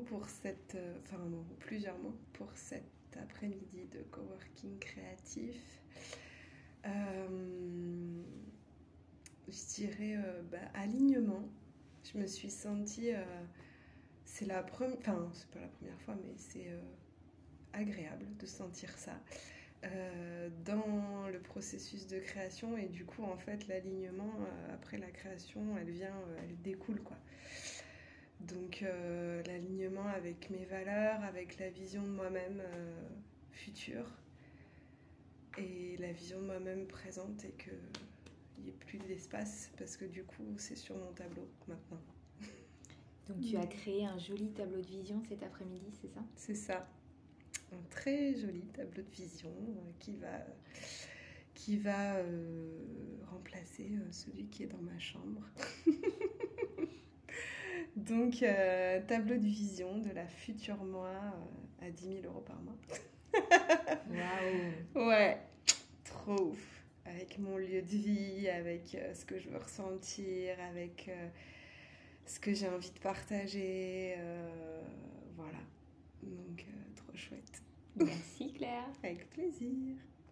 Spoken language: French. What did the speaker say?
pour plusieurs mots pour cet après-midi de coworking créatif. Je dirais alignement. Je me suis sentie, c'est pas la première fois, mais c'est agréable de sentir ça dans le processus de création. Et du coup, en fait, l'alignement, après la création, elle découle, quoi. Donc, l'alignement avec mes valeurs, avec la vision de moi-même future et la vision de moi-même présente, et qu'il n'y ait plus d'espace parce que du coup, c'est sur mon tableau maintenant. Donc, tu as créé un joli tableau de vision cet après-midi, c'est ça ? C'est ça. Un très joli tableau de vision qui va remplacer celui qui est dans ma chambre. Donc, tableau de vision de la future moi à 10 000 € par mois. Waouh! Ouais, trop ouf. Avec mon lieu de vie, avec ce que je veux ressentir, avec ce que j'ai envie de partager. Voilà. Donc, trop chouette. Merci Claire. Avec plaisir.